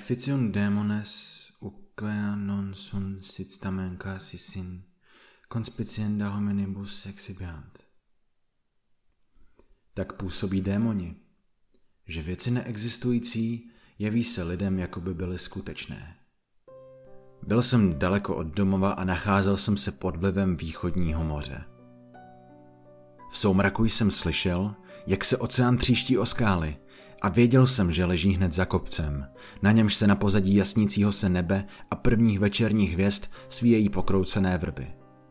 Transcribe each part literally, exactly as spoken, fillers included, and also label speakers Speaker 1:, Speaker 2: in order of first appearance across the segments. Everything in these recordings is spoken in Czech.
Speaker 1: Efficium demones uquea non sunt sit tamen casis in conspicienda hominibus exhibiant. Tak působí démoni, že věci neexistující jeví se lidem, jako by byly skutečné. Byl jsem daleko od domova a nacházel jsem se pod vlivem východního moře. V soumraku jsem slyšel, jak se oceán tříští o skály, a věděl jsem, že leží hned za kopcem, na němž se na pozadí jasnícího se nebe a prvních večerních hvězd svíjejí pokroucené vrby.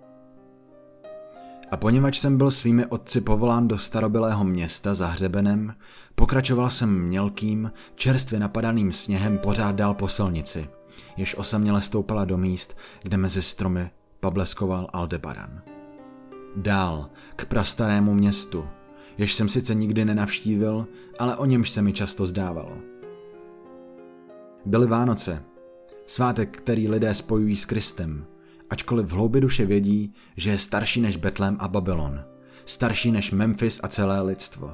Speaker 1: A poněvadž jsem byl svými otci povolán do starobylého města za hřebenem, pokračoval jsem mělkým, čerstvě napadaným sněhem pořád dál po silnici, jež osaměle stoupala do míst, kde mezi stromy pableskoval Aldebaran. Dál, k prastarému městu, jež jsem sice nikdy nenavštívil, ale o němž se mi často zdávalo. Byly Vánoce, svátek, který lidé spojují s Kristem, ačkoliv v hloubi duše vědí, že je starší než Betlém a Babylon, starší než Memphis a celé lidstvo.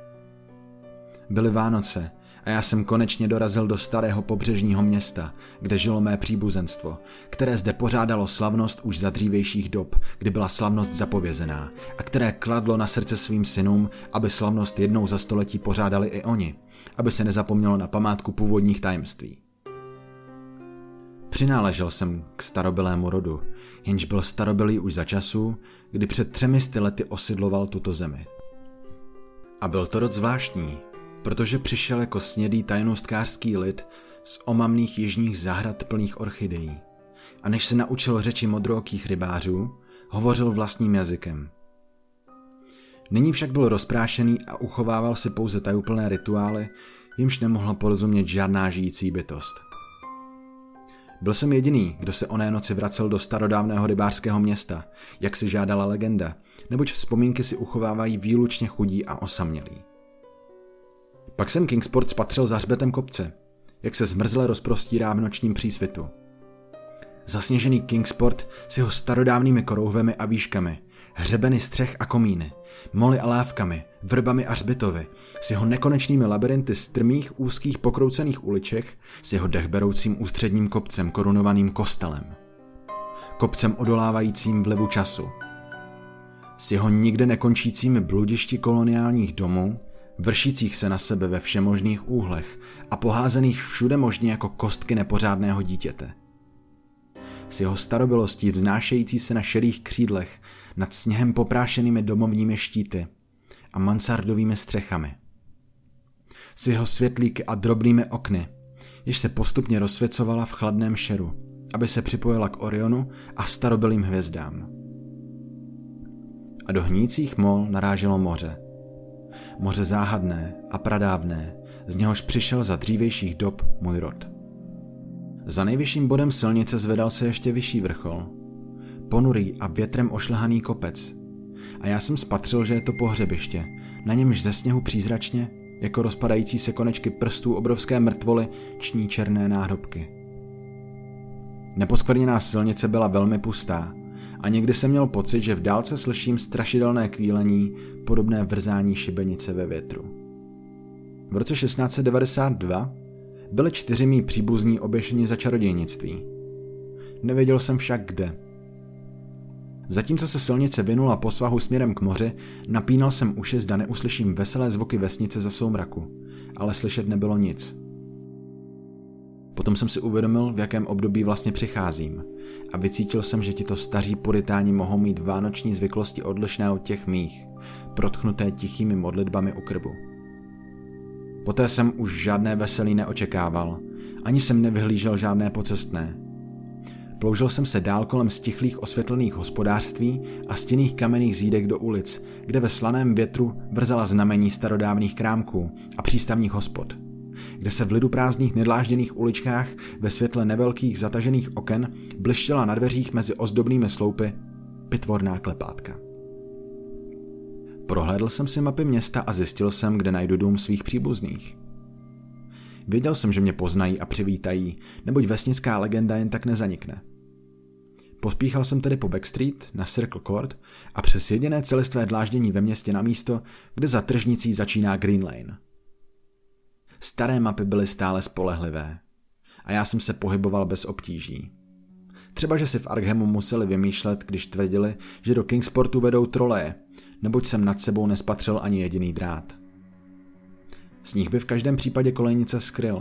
Speaker 1: Byly Vánoce a já jsem konečně dorazil do starého pobřežního města, kde žilo mé příbuzenstvo, které zde pořádalo slavnost už za dřívějších dob, kdy byla slavnost zapovězená, a které kladlo na srdce svým synům, aby slavnost jednou za století pořádali i oni, aby se nezapomnělo na památku původních tajemství. Přináležel jsem k starobylému rodu, jenž byl starobylý už za časů, kdy před třemi sty lety osidloval tuto zemi. A byl to rod zvláštní, protože přišel jako snědý tajnůstkářský lid z omamných jižních zahrad plných orchidejí. A než se naučil řeči modrookých rybářů, hovořil vlastním jazykem. Nyní však byl rozprášený a uchovával si pouze tajuplné rituály, jimž nemohla porozumět žádná žijící bytost. Byl jsem jediný, kdo se oné noci vracel do starodávného rybářského města, jak si žádala legenda, neboť vzpomínky si uchovávají výlučně chudí a osamělí. Pak jsem Kingsport spatřil za hřbetem kopce, jak se zmrzle rozprostírá v nočním přísvitu. Zasněžený Kingsport s jeho starodávnými korouhvemi a výškami, hřebeny střech a komíny, moly a lávkami, vrbami a hřbitovy, s jeho nekonečnými labirinty strmých, úzkých, pokroucených uliček, s jeho dechberoucím ústředním kopcem korunovaným kostelem. Kopcem odolávajícím vlivu času. S jeho nikde nekončícími bludišti koloniálních domů, vršících se na sebe ve všemožných úhlech a poházených všude možně jako kostky nepořádného dítěte. S jeho starobylostí vznášející se na šedých křídlech nad sněhem poprášenými domovními štíty a mansardovými střechami. S jeho světlíky a drobnými okny, jež se postupně rozsvěcovala v chladném šeru, aby se připojila k Orionu a starobylým hvězdám. A do hnících mol naráželo moře. Moře záhadné a pradávné, z něhož přišel za dřívějších dob můj rod. Za nejvyšším bodem silnice zvedal se ještě vyšší vrchol. Ponurý a větrem ošlehaný kopec. A já jsem spatřil, že je to pohřebiště, na němž ze sněhu přízračně, jako rozpadající se konečky prstů obrovské mrtvoly, ční černé náhrobky. Neposkvrněná silnice byla velmi pustá a někdy jsem měl pocit, že v dálce slyším strašidelné kvílení, podobné vrzání šibenice ve větru. V roce šestnáct set devadesát dva byli čtyři mí příbuzní oběšeni za čarodějnictví. Nevěděl jsem však kde. Zatímco se silnice vinula po svahu směrem k moři, napínal jsem uši, zda neuslyším veselé zvuky vesnice za soumraku, ale slyšet nebylo nic. Potom jsem si uvědomil, v jakém období vlastně přicházím, a vycítil jsem, že tito staří puritáni mohou mít vánoční zvyklosti odlišné od těch mých, protchnuté tichými modlitbami u krbu. Poté jsem už žádné veselí neočekával, ani jsem nevyhlížel žádné pocestné. Ploužil jsem se dál kolem stichlých osvětlených hospodářství a stinných kamenných zídek do ulic, kde ve slaném větru vrzala znamení starodávných krámků a přístavních hospod, kde se v lidu prázdných nedlážděných uličkách ve světle nevelkých zatažených oken blištěla na dveřích mezi ozdobnými sloupy pitvorná klepátka. Prohlédl jsem si mapy města a zjistil jsem, kde najdu dům svých příbuzných. Věděl jsem, že mě poznají a přivítají, neboť vesnická legenda jen tak nezanikne. Pospíchal jsem tedy po Backstreet na Circle Court a přes jediné celistvé dláždění ve městě na místo, kde za tržnicí začíná Green Lane. Staré mapy byly stále spolehlivé. a já jsem se pohyboval bez obtíží. Třeba, že si v Arkhamu museli vymýšlet, když tvrdili, že do Kingsportu vedou troleje, neboť jsem nad sebou nespatřil ani jediný drát. Sníh by v každém případě kolejnice skryl.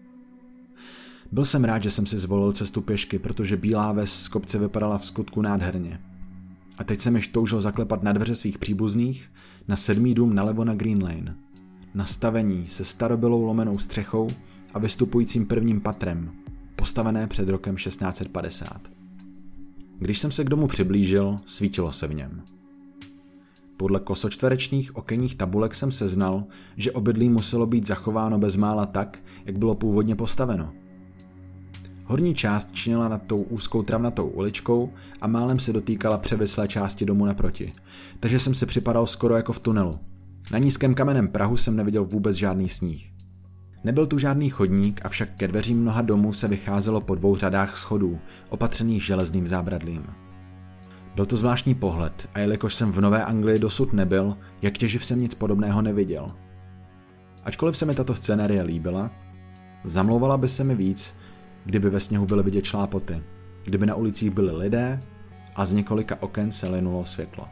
Speaker 1: Byl jsem rád, že jsem si zvolil cestu pěšky, protože bílá ves z kopce vypadala v skutku nádherně. A teď jsem již toužil zaklepat na dveře svých příbuzných na sedmý dům nalevo na Green Lane. Na stavení se starobylou lomenou střechou a vystupujícím prvním patrem, postavené před rokem šestnáct set padesát. Když jsem se k domu přiblížil, svítilo se v něm. Podle kosočtverečných okenních tabulek jsem seznal, že obydlí muselo být zachováno bezmála tak, jak bylo původně postaveno. Horní část činila nad tou úzkou travnatou uličkou a málem se dotýkala převislé části domu naproti, takže jsem se připadal skoro jako v tunelu. Na nízkém kamenném prahu jsem neviděl vůbec žádný sníh. Nebyl tu žádný chodník, avšak ke dveřím mnoha domů se vycházelo po dvou řadách schodů, opatřených železným zábradlím. Byl to zvláštní pohled a jelikož jsem v Nové Anglii dosud nebyl, jak těživ jsem nic podobného neviděl. Ačkoliv se mi tato scénarie líbila, zamlouvala by se mi víc, kdyby ve sněhu byly vidět šlápoty, kdyby na ulicích byli lidé a z několika oken se linulo světlo.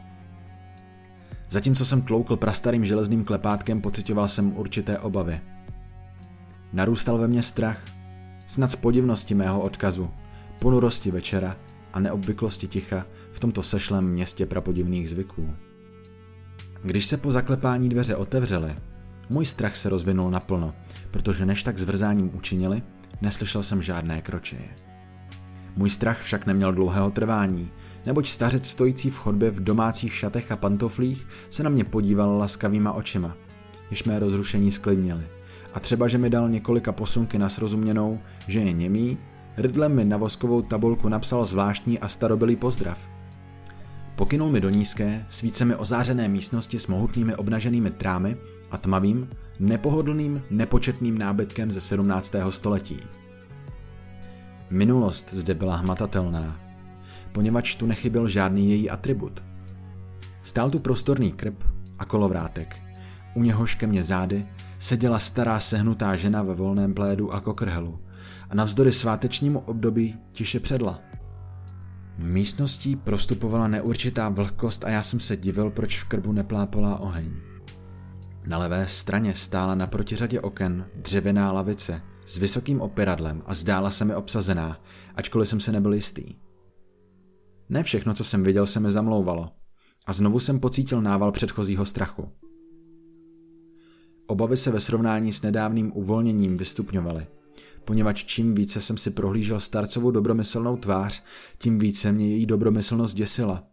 Speaker 1: Zatímco jsem tloukl prastarým železným klepátkem, pociťoval jsem určité obavy. Narůstal ve mně strach, snad z podivnosti mého odkazu, ponurosti večera a neobvyklosti ticha v tomto sešlém městě prapodivných zvyků. Když se po zaklepání dveře otevřely, můj strach se rozvinul naplno, protože než tak s vrzáním učinili, neslyšel jsem žádné kročeje. Můj strach však neměl dlouhého trvání, neboť stařec stojící v chodbě v domácích šatech a pantoflích se na mě podíval laskavýma očima, jež mé rozrušení sklidnily. A třeba, že mi dal několika posunky na srozuměnou, že je němý, rydlem mi na voskovou tabulku napsal zvláštní a starobylý pozdrav. Pokynul mi do nízké, svícemi ozářené místnosti s mohutnými obnaženými trámy a tmavým, nepohodlným, nepočetným nábytkem ze sedmnáctého století. Minulost zde byla hmatatelná, poněvadž tu nechyběl žádný její atribut. Stál tu prostorný krb a kolovrátek, u něhož ke mně zády seděla stará sehnutá žena ve volném plédu a kokrhelu a navzdory svátečnímu období tiše předla. Místností prostupovala neurčitá vlhkost a já jsem se divil, proč v krbu neplápolá oheň. Na levé straně stála na protiřadě oken dřevěná lavice s vysokým opěradlem a zdála se mi obsazená, ačkoliv jsem se nebyl jistý. Ne všechno, co jsem viděl, se mi zamlouvalo a znovu jsem pocítil nával předchozího strachu. Obavy se ve srovnání s nedávným uvolněním vystupňovaly, poněvadž čím více jsem si prohlížel starcovou dobromyslnou tvář, tím více mě její dobromyslnost děsila.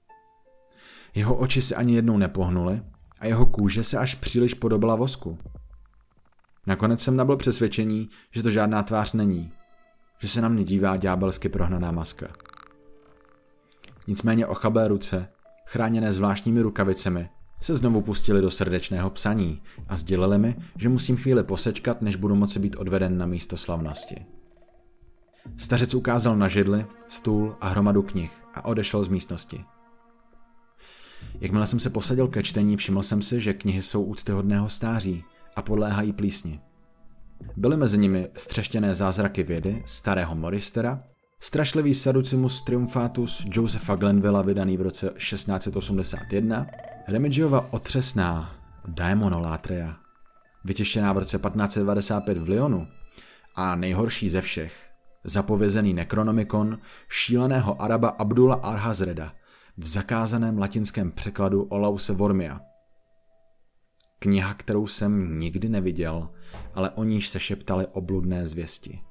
Speaker 1: Jeho oči se ani jednou nepohnuly a jeho kůže se až příliš podobala vosku. Nakonec jsem nabyl přesvědčení, že to žádná tvář není, že se na mě dívá ďábelsky prohnaná maska. Nicméně ochabé ruce, chráněné zvláštními rukavicemi, se znovu pustili do srdečného psaní a sdělili mi, že musím chvíli posečkat, než budu moci být odveden na místo slavnosti. Stařec ukázal na židli, stůl a hromadu knih a odešel z místnosti. Jakmile jsem se posadil ke čtení, všiml jsem si, že knihy jsou úctyhodného stáří a podléhají plísni. Byly mezi nimi střeštěné zázraky vědy starého Moristera, strašlivý Saducimus Triumphatus Josepha Glenvilla vydaný v roce šestnáct set osmdesát jedna, Remigiova otřesná Daemonolatria, vytištěná v roce patnáct set devadesát pět v Lyonu, a nejhorší ze všech, zapovězený Necronomicon šíleného Araba Abdula Arhazreda v zakázaném latinském překladu Olause Vormia. Kniha, kterou jsem nikdy neviděl, ale o níž se šeptaly obludné zvěsti.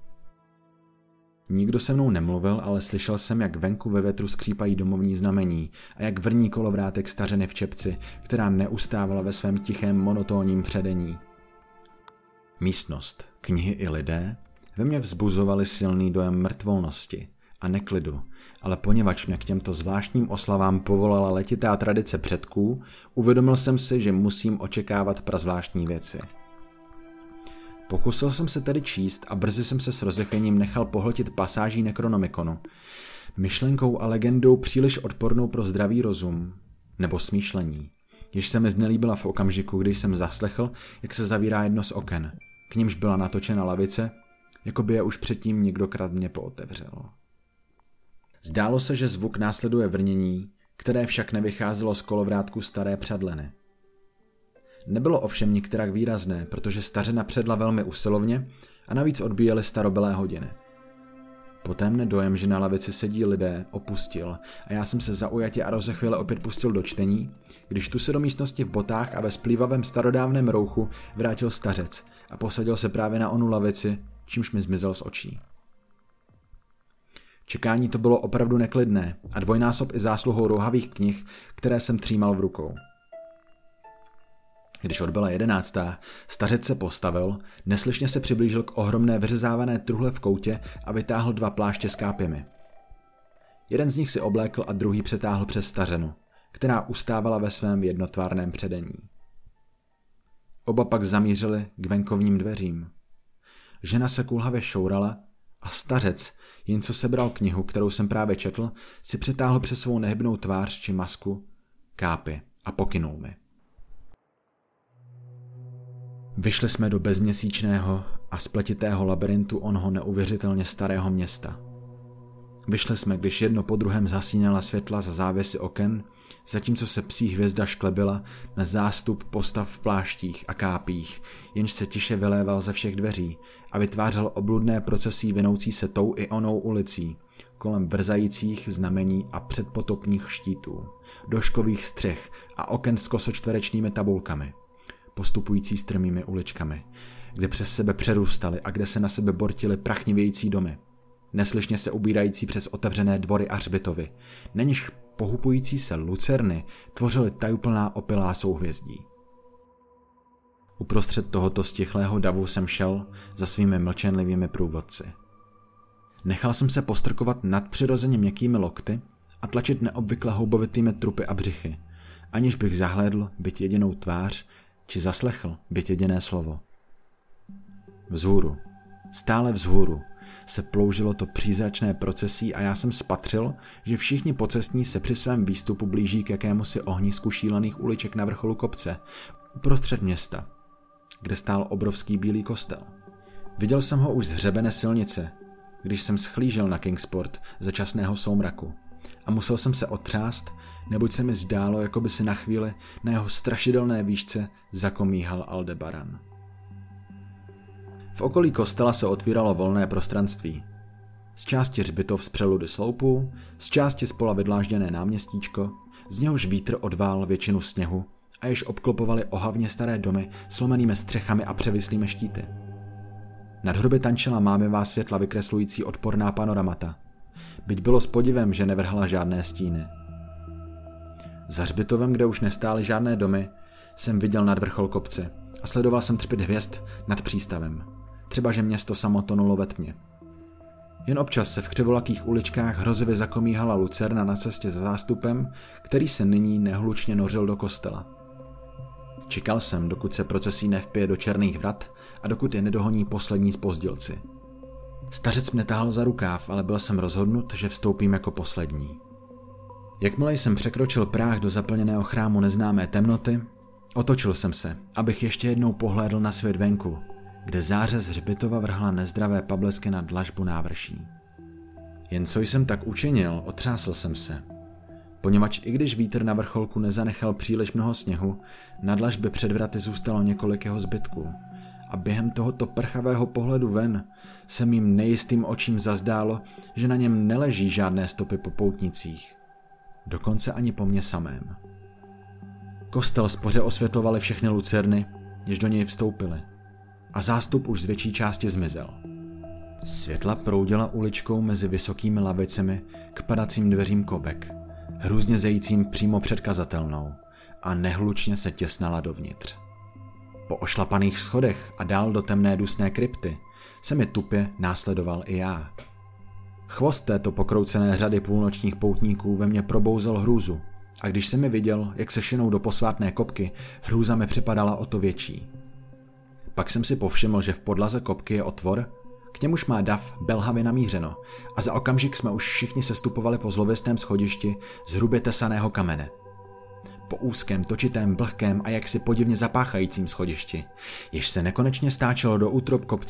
Speaker 1: Nikdo se mnou nemluvil, ale slyšel jsem, jak venku ve větru skřípají domovní znamení a jak vrní kolovrátek stařeny v čepci, která neustávala ve svém tichém monotónním předení. Místnost, knihy i lidé ve mně vzbuzovali silný dojem mrtvolnosti a neklidu, ale poněvadž mě k těmto zvláštním oslavám povolala letitá tradice předků, uvědomil jsem si, že musím očekávat prazvláštní věci. Pokusil jsem se tedy číst a brzy jsem se s rozechvěním nechal pohltit pasáží Necronomiconu, myšlenkou a legendou příliš odpornou pro zdravý rozum, nebo smýšlení, jež se mi znelíbila v okamžiku, kdy jsem zaslechl, jak se zavírá jedno z oken, k nímž byla natočena lavice, jako by je už předtím někdokrát mě pootevřel. Zdálo se, že zvuk následuje vrnění, které však nevycházelo z kolovrátku staré přadleny. Nebylo ovšem nikterak výrazné, protože stařena předla velmi usilovně a navíc odbíjely starobylé hodiny. Poté mne dojem, že na lavici sedí lidé, opustil a já jsem se zaujatě a rozechvěle opět pustil do čtení, když tu se do místnosti v botách a ve splývavém starodávném rouchu vrátil stařec a posadil se právě na onu lavici, čímž mi zmizel z očí. Čekání to bylo opravdu neklidné a dvojnásob i zásluhou rouhavých knih, které jsem třímal v rukou. Když odbyla jedenáctá, stařec se postavil, neslyšně se přiblížil k ohromné vyřezávané truhle v koutě a vytáhl dva pláště s kápěmi. Jeden z nich si oblékl a druhý přetáhl přes stařenu, která ustávala ve svém jednotvárném předení. Oba pak zamířili k venkovním dveřím. Žena se kulhavě šourala a stařec, jen co sebral knihu, kterou jsem právě četl, si přetáhl přes svou nehybnou tvář či masku kápy a pokynul mi. Vyšli jsme do bezměsíčného a spletitého labirintu onoho neuvěřitelně starého města. Vyšli jsme, když jedno po druhém zasínala světla za závěsy oken, zatímco se psí hvězda šklebila na zástup postav v pláštích a kápích, jenž se tiše vyléval ze všech dveří a vytvářel obludné procesí vinoucí se tou i onou ulicí, kolem vrzajících znamení a předpotopních štítů, doškových střech a oken s kosočtverečnými tabulkami, postupující strmými uličkami, kde přes sebe přerůstaly a kde se na sebe bortily prachnivějící domy, neslyšně se ubírající přes otevřené dvory a hřbitovy, na nichž pohupující se lucerny tvořily tajuplná opilá souhvězdí. Uprostřed tohoto stichlého davu jsem šel za svými mlčenlivými průvodci. Nechal jsem se postrkovat nadpřirozeně měkkými lokty a tlačit neobvykle houbovitými trupy a břichy, aniž bych zahlédl byť jedinou tvář, či zaslechl byť jediné slovo. Vzhůru, stále vzhůru, se ploužilo to přízračné procesí a já jsem spatřil, že všichni pocestní se při svém výstupu blíží k jakémusi ohnisku šílených uliček na vrcholu kopce, uprostřed města, kde stál obrovský bílý kostel. Viděl jsem ho už z hřebene silnice, když jsem schlížel na Kingsport za časného soumraku a musel jsem se otřást, neboť se mi zdálo, jako by si na chvíli na jeho strašidelné výšce zakomíhal Aldebaran. V okolí kostela se otvíralo volné prostranství. Z části hřbitov z přeludy sloupů, z části spola vydlážděné náměstíčko, z něhož vítr odvál většinu sněhu a jež obklopovaly ohavně staré domy slomenými střechami a převislými štíty. Nad hroby tančila mámivá světla vykreslující odporná panoramata, byť bylo s podivem, že nevrhla žádné stíny. Za hřbitovem, kde už nestály žádné domy, jsem viděl nad vrchol kopce a sledoval jsem třpyt hvězd nad přístavem. Třeba, že město samo tonulo ve tmě. Jen občas se v křivolakých uličkách hrozivě zakomíhala lucerna na cestě za zástupem, který se nyní nehlučně nořil do kostela. Čekal jsem, dokud se procesí nevpije do černých vrat a dokud je nedohoní poslední zpozdilci. Stařec mě tahal za rukáv, ale byl jsem rozhodnut, že vstoupím jako poslední. Jakmile jsem překročil práh do zaplněného chrámu neznámé temnoty, otočil jsem se, abych ještě jednou pohlédl na svět venku, kde záře z hřbitova vrhla nezdravé pablesky na dlažbu návrší. Jen co jsem tak učinil, otřásl jsem se. Poněvadž i když vítr na vrcholku nezanechal příliš mnoho sněhu, na dlažbě před vraty zůstalo několik jeho zbytků. A během tohoto prchavého pohledu ven se mým nejistým očím zazdálo, že na něm neleží žádné stopy po poutnicích. Dokonce ani po mně samém. Kostel spoře osvětlovaly všechny lucerny, jež do něj vstoupily. A zástup už z větší části zmizel. Světla proudila uličkou mezi vysokými lavicemi k padacím dveřím kobek, hrůzně zejícím přímo před kazatelnou, a nehlučně se těsnala dovnitř. Po ošlapaných schodech a dál do temné dusné krypty se mi tupě následoval i já. Chvost této pokroucené řady půlnočních poutníků ve mně probouzel hrůzu, a když jsem mi viděl, jak se šinou do posvátné kopky, hrůza mi připadala o to větší. Pak jsem si povšiml, že v podlaze kopky je otvor, k němuž má dav belhavě namířeno, a za okamžik jsme už všichni sestupovali po zlověstném schodišti z hrubě tesaného kamene. Po úzkém, točitém, vlhkém a jaksi podivně zapáchajícím schodišti, jež se nekonečně stáčelo do útrob kopce,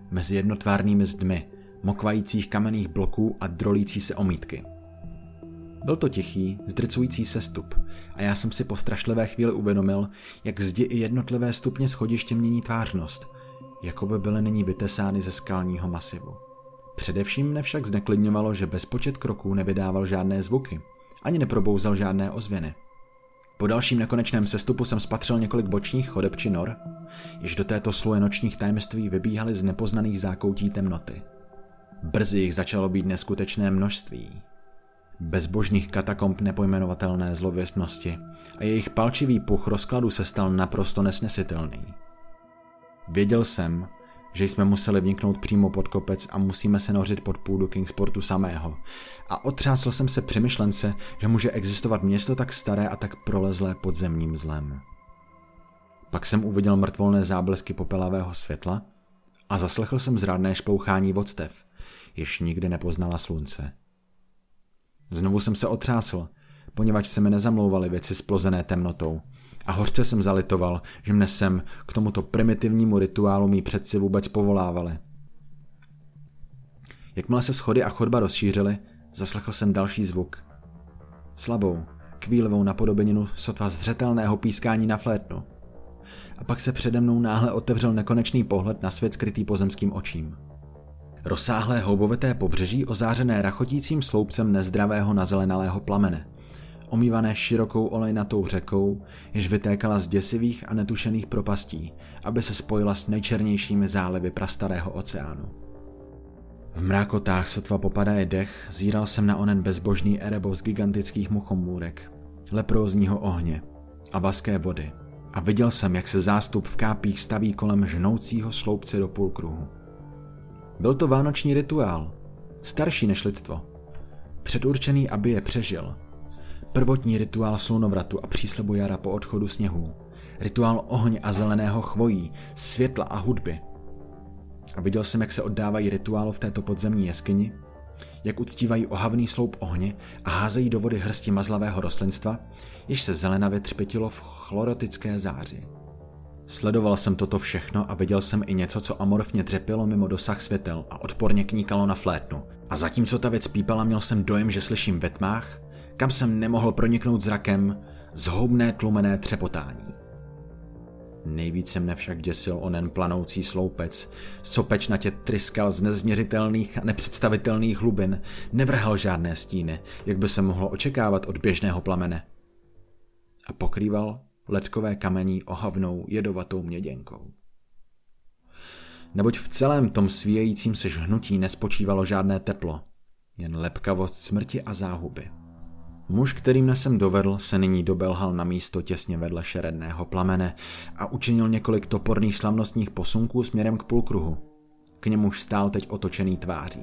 Speaker 1: mezi jednotvárnými zdmi, mokvajících kamenných bloků a drolící se omítky. Byl to tichý, zdrcující sestup a já jsem si po strašlivé chvíli uvědomil, jak zdi i jednotlivé stupně schodiště mění tvářnost, jako by byly nyní vytesány ze skalního masivu. Především mne však zneklidňovalo, že bezpočet kroků nevydával žádné zvuky, ani neprobouzel žádné ozvěny. Po dalším nekonečném sestupu jsem spatřil několik bočních chodeb či nor, jež do této sluje nočních tajemství vybíhaly z nepoznaných zákoutí temnoty. Brzy jich začalo být neskutečné množství. Bezbožných katakomb nepojmenovatelné zlověstnosti a jejich palčivý puch rozkladu se stal naprosto nesnesitelný. Věděl jsem, že jsme museli vniknout přímo pod kopec a musíme se nořit pod půdu Kingsportu samého. A otřásl jsem se při myšlence, že může existovat město tak staré a tak prolezlé podzemním zlem. Pak jsem uviděl mrtvolné záblesky popelavého světla a zaslechl jsem zrádné šplouchání vodstev, jež nikdy nepoznala slunce. Znovu jsem se otřásl, poněvadž se mi nezamlouvaly věci splozené temnotou, a hořce jsem zalitoval, že mne sem k tomuto primitivnímu rituálu mý předci vůbec povolávali. Jakmile se schody a chodba rozšířily, zaslechl jsem další zvuk. Slabou, kvílivou napodobeninu sotva zřetelného pískání na flétnu. A pak se přede mnou náhle otevřel nekonečný pohled na svět skrytý pozemským očím. Rozsáhlé houbovité pobřeží ozářené rachotícím sloupcem nezdravého nazelenalého plamene, omývané širokou olejnatou řekou, jež vytékala z děsivých a netušených propastí, aby se spojila s nejčernějšími zálivy prastarého oceánu. V mrákotách sotva popadaje dech zíral jsem na onen bezbožný erebos gigantických muchomůrek, leprózního ohně a vaské vody a viděl jsem, jak se zástup v kápích staví kolem žnoucího sloupce do půlkruhu. Byl to vánoční rituál, starší než lidstvo, předurčený, aby je přežil. Prvotní rituál slunovratu a příslibu jara po odchodu sněhů, rituál ohně a zeleného chvojí, světla a hudby. A viděl jsem, jak se oddávají rituálu v této podzemní jeskyni, jak uctívají ohavný sloup ohně a házejí do vody hrsti mazlavého rostlinstva, jež se zelenavě třpětilo v chlorotické záři. Sledoval jsem toto všechno a viděl jsem i něco, co amorfně dřepilo mimo dosah světel a odporně kníkalo na flétnu. A zatímco ta věc pípala, měl jsem dojem, že slyším ve tmách, kam jsem nemohl proniknout zrakem, zhoubné tlumené třepotání. Nejvíce mne však děsil onen planoucí sloupec, sopečnatě tryskal z nezměřitelných a nepředstavitelných hlubin, nevrhal žádné stíny, jak by se mohlo očekávat od běžného plamene. A pokrýval ledkové kamení ohavnou jedovatou měděnkou. Neboť v celém tom svíjejícím se žhnutí nespočívalo žádné teplo, jen lepkavost smrti a záhuby. Muž, který mne sem dovedl, se nyní dobelhal na místo těsně vedle šeredného plamene a učinil několik toporných slavnostních posunků směrem k půlkruhu. K němuž stál teď otočený tváří.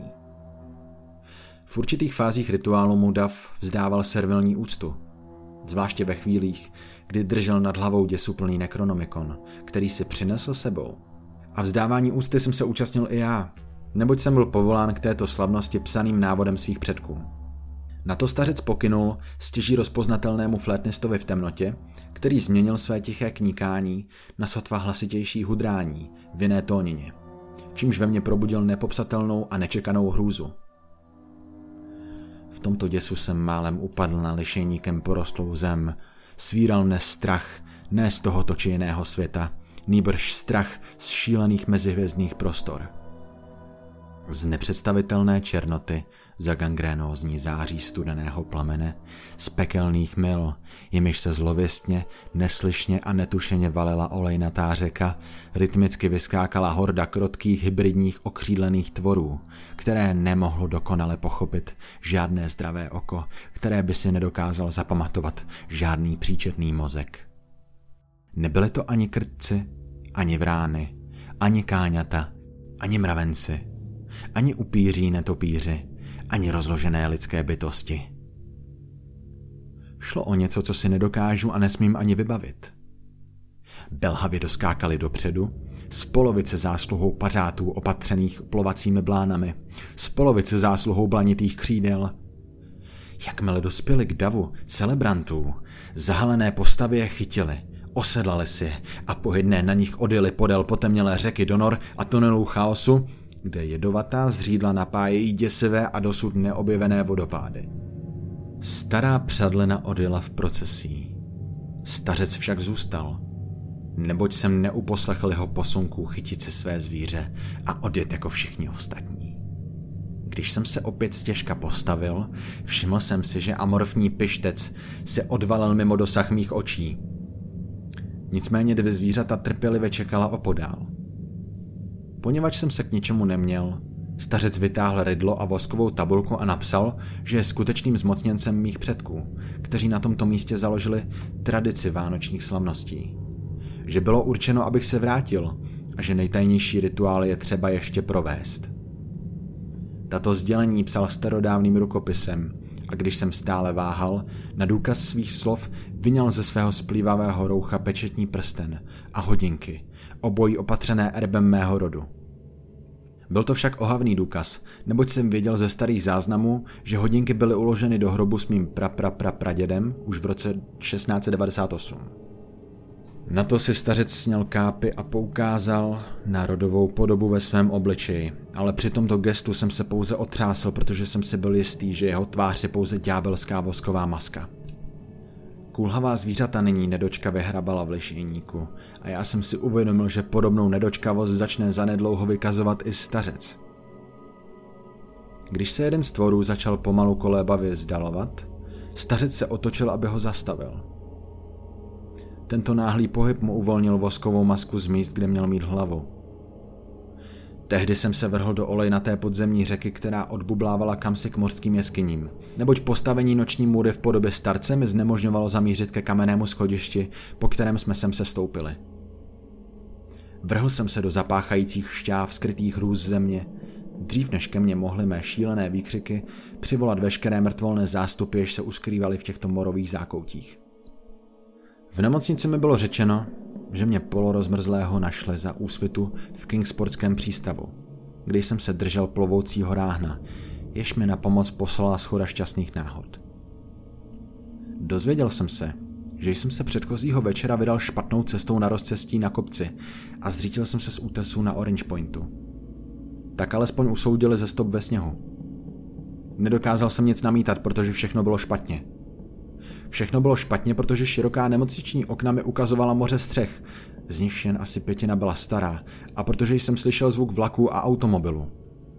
Speaker 1: V určitých fázích rituálu mu dav vzdával servilní úctu, zvláště ve chvílích, kdy držel nad hlavou děsuplný nekronomikon, který si přinesl sebou. A vzdávání úcty jsem se účastnil i já, neboť jsem byl povolán k této slavnosti psaným návodem svých předků. Na to stařec pokynul stěží rozpoznatelnému flétnistovi v temnotě, který změnil své tiché kníkání na sotva hlasitější hudrání v jiné tónině, čímž ve mně probudil nepopsatelnou a nečekanou hrůzu. V tomto děsu jsem málem upadl na lišejníkem porostlou zem, svíral mne strach ne z tohoto či jiného světa, nýbrž strach z šílených mezihvězdných prostor. Z nepředstavitelné černoty za gangrénózní září studeného plamene, z pekelných mil, jimiž se zlověstně, neslyšně a netušeně valila olejnatá řeka, rytmicky vyskákala horda krotkých hybridních okřídlených tvorů, které nemohlo dokonale pochopit žádné zdravé oko, které by si nedokázal zapamatovat žádný příčetný mozek. Nebyly to ani krtci, ani vrány, ani káňata, ani mravenci, ani upíří netopíři, ani rozložené lidské bytosti. Šlo o něco, co si nedokážu a nesmím ani vybavit. Belhavě doskákali dopředu, z polovice zásluhou pařátů opatřených plovacími blánami, z polovice zásluhou blanitých křídel. Jakmile dospěli k davu celebrantů, zahalené postavy je chytili, Osedlali si a po jedné na nich odjeli podél potemnělé řeky do nor a tunelů chaosu, kde jedovatá zřídla napájejí děsivé a dosud neobjevené vodopády. Stará přadlina odjela v procesí. Stařec však zůstal, neboť jsem neuposlechl jeho posunku chytit si své zvíře a odjet jako všichni ostatní. Když jsem se opět stěžka postavil, všiml jsem si, že amorfní pištec se odvalil mimo dosah mých očí. Nicméně dvě zvířata trpělivě čekala opodál. Poněvadž jsem se k ničemu neměl, stařec vytáhl rydlo a voskovou tabulku a napsal, že je skutečným zmocněncem mých předků, kteří na tomto místě založili tradici vánočních slavností. Že bylo určeno, abych se vrátil a že nejtajnější rituály je třeba ještě provést. Tato sdělení psal starodávným rukopisem a když jsem stále váhal, na důkaz svých slov vyňal ze svého splývavého roucha pečetní prsten a hodinky, obojí opatřené erbem mého rodu. Byl to však ohavný důkaz, neboť jsem věděl ze starých záznamů, že hodinky byly uloženy do hrobu s mým prapraprapradědem už v roce šestnáct set devadesát osm. Na to si stařec sněl kápy a poukázal na rodovou podobu ve svém obličeji, ale při tomto gestu jsem se pouze otřásl, protože jsem si byl jistý, že jeho tvář je pouze ďábelská vosková maska. Kulhavá zvířata nyní nedočkavě hrabala v lišejníku a já jsem si uvědomil, že podobnou nedočkavost začne zanedlouho vykazovat i stařec. Když se jeden z tvorů začal pomalu kolébavě vzdalovat, stařec se otočil, aby ho zastavil. Tento náhlý pohyb mu uvolnil voskovou masku z míst, kde měl mít hlavu. Tehdy jsem se vrhl do olejnaté podzemní řeky, která odbublávala kamsi k mořským jeskyním, neboť postavení noční můry v podobě starce mi znemožňovalo zamířit ke kamennému schodišti, po kterém jsme sem sestoupili. Vrhl jsem se do zapáchajících šťáv skrytých hrůz země, dřív než ke mně mohly mé šílené výkřiky přivolat veškeré mrtvolné zástupy, jež se uskrývaly v těchto morových zákoutích. V nemocnici mi bylo řečeno, že mě polorozmrzlého našli za úsvitu v Kingsportském přístavu, kde jsem se držel plovoucího ráhna, jež mi na pomoc poslala schoda šťastných náhod. Dozvěděl jsem se, že jsem se předchozího večera vydal špatnou cestou na rozcestí na kopci a zřítil jsem se z útesu na Orange Pointu. Tak alespoň usoudili ze stop ve sněhu. Nedokázal jsem nic namítat, protože všechno bylo špatně. Všechno bylo špatně, protože široká nemocniční okna mi ukazovala moře střech, z nichž jen asi pětina byla stará, a protože jsem slyšel zvuk vlaků a automobilu.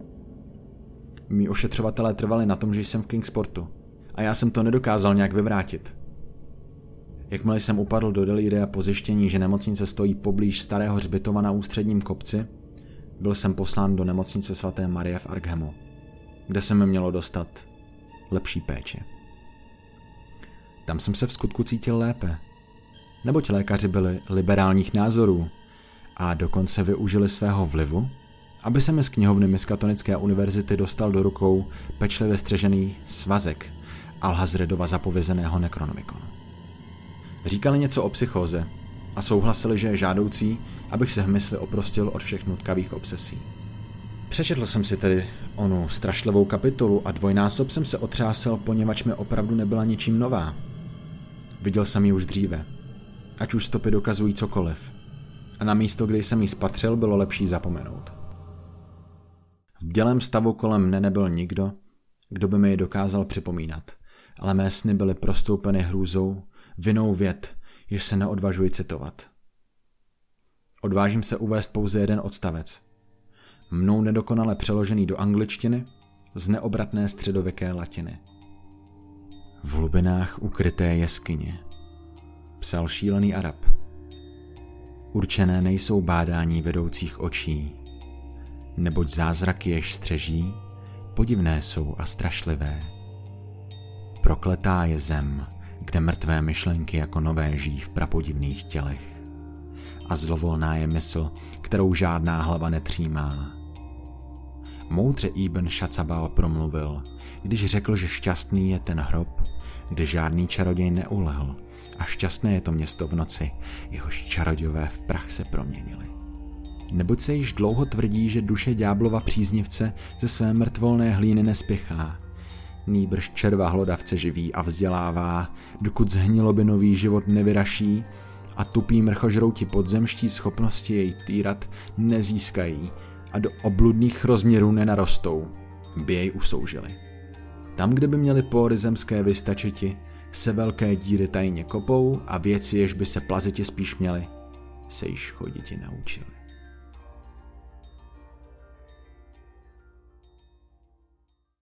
Speaker 1: Mí ošetřovatelé trvali na tom, že jsem v Kingsportu, a já jsem to nedokázal nějak vyvrátit. Jakmile jsem upadl do delíria po zjištění, že nemocnice stojí poblíž starého hřbitova na ústředním kopci, byl jsem poslán do nemocnice svaté Marie v Arkhemu, kde se mi mělo dostat lepší péče. Tam jsem se v skutku cítil lépe, neboť lékaři byli liberálních názorů a dokonce využili svého vlivu, aby se mi z knihovny Miskatonické univerzity dostal do rukou pečlivě střežený svazek Alhazredova zapovězeného Necronomiconu. Říkali něco o psychóze a souhlasili, že je žádoucí, abych se v mysli oprostil od všech nutkavých obsesí. Přečetl jsem si tedy onu strašlivou kapitolu a dvojnásob jsem se otřásel, poněvadž mi opravdu nebyla ničím nová. Viděl jsem ji už dříve, ať už stopy dokazují cokoliv, a na místo, kde jsem ji spatřil, bylo lepší zapomenout. V bdělém stavu kolem mne nebyl nikdo, kdo by mi ji dokázal připomínat, ale mé sny byly prostoupeny hrůzou, vinou vět, jež se neodvažuji citovat. Odvážím se uvést pouze jeden odstavec. Mnou nedokonale přeložený do angličtiny z neobratné středověké latiny. V hlubinách ukryté jeskyně, psal šílený Arab. Určené nejsou bádání vedoucích očí, neboť zázraky, jež střeží, podivné jsou a strašlivé. Prokletá je zem, kde mrtvé myšlenky jako nové žijí v prapodivných tělech. A zlovolná je mysl, kterou žádná hlava netřímá. Moudře Ibn Šacabao promluvil, když řekl, že šťastný je ten hrob, kde žádný čaroděj neulehl, a šťastné je to město v noci, jehož čarodějové v prach se proměnili. Neboť se již dlouho tvrdí, že duše ďáblova příznivce ze své mrtvolné hlíny nespěchá. Nýbrž červa hlodavce živí a vzdělává, dokud z hniloby nový život nevyraší a tupí mrchožrouti podzemští schopnosti jej týrat nezískají a do obludných rozměrů nenarostou, by jej usoužili. Tam, kde by měli póry zemské vystačiti, se velké díry tajně kopou a věci, jež by se plaziti spíš měly, se již choditi naučili.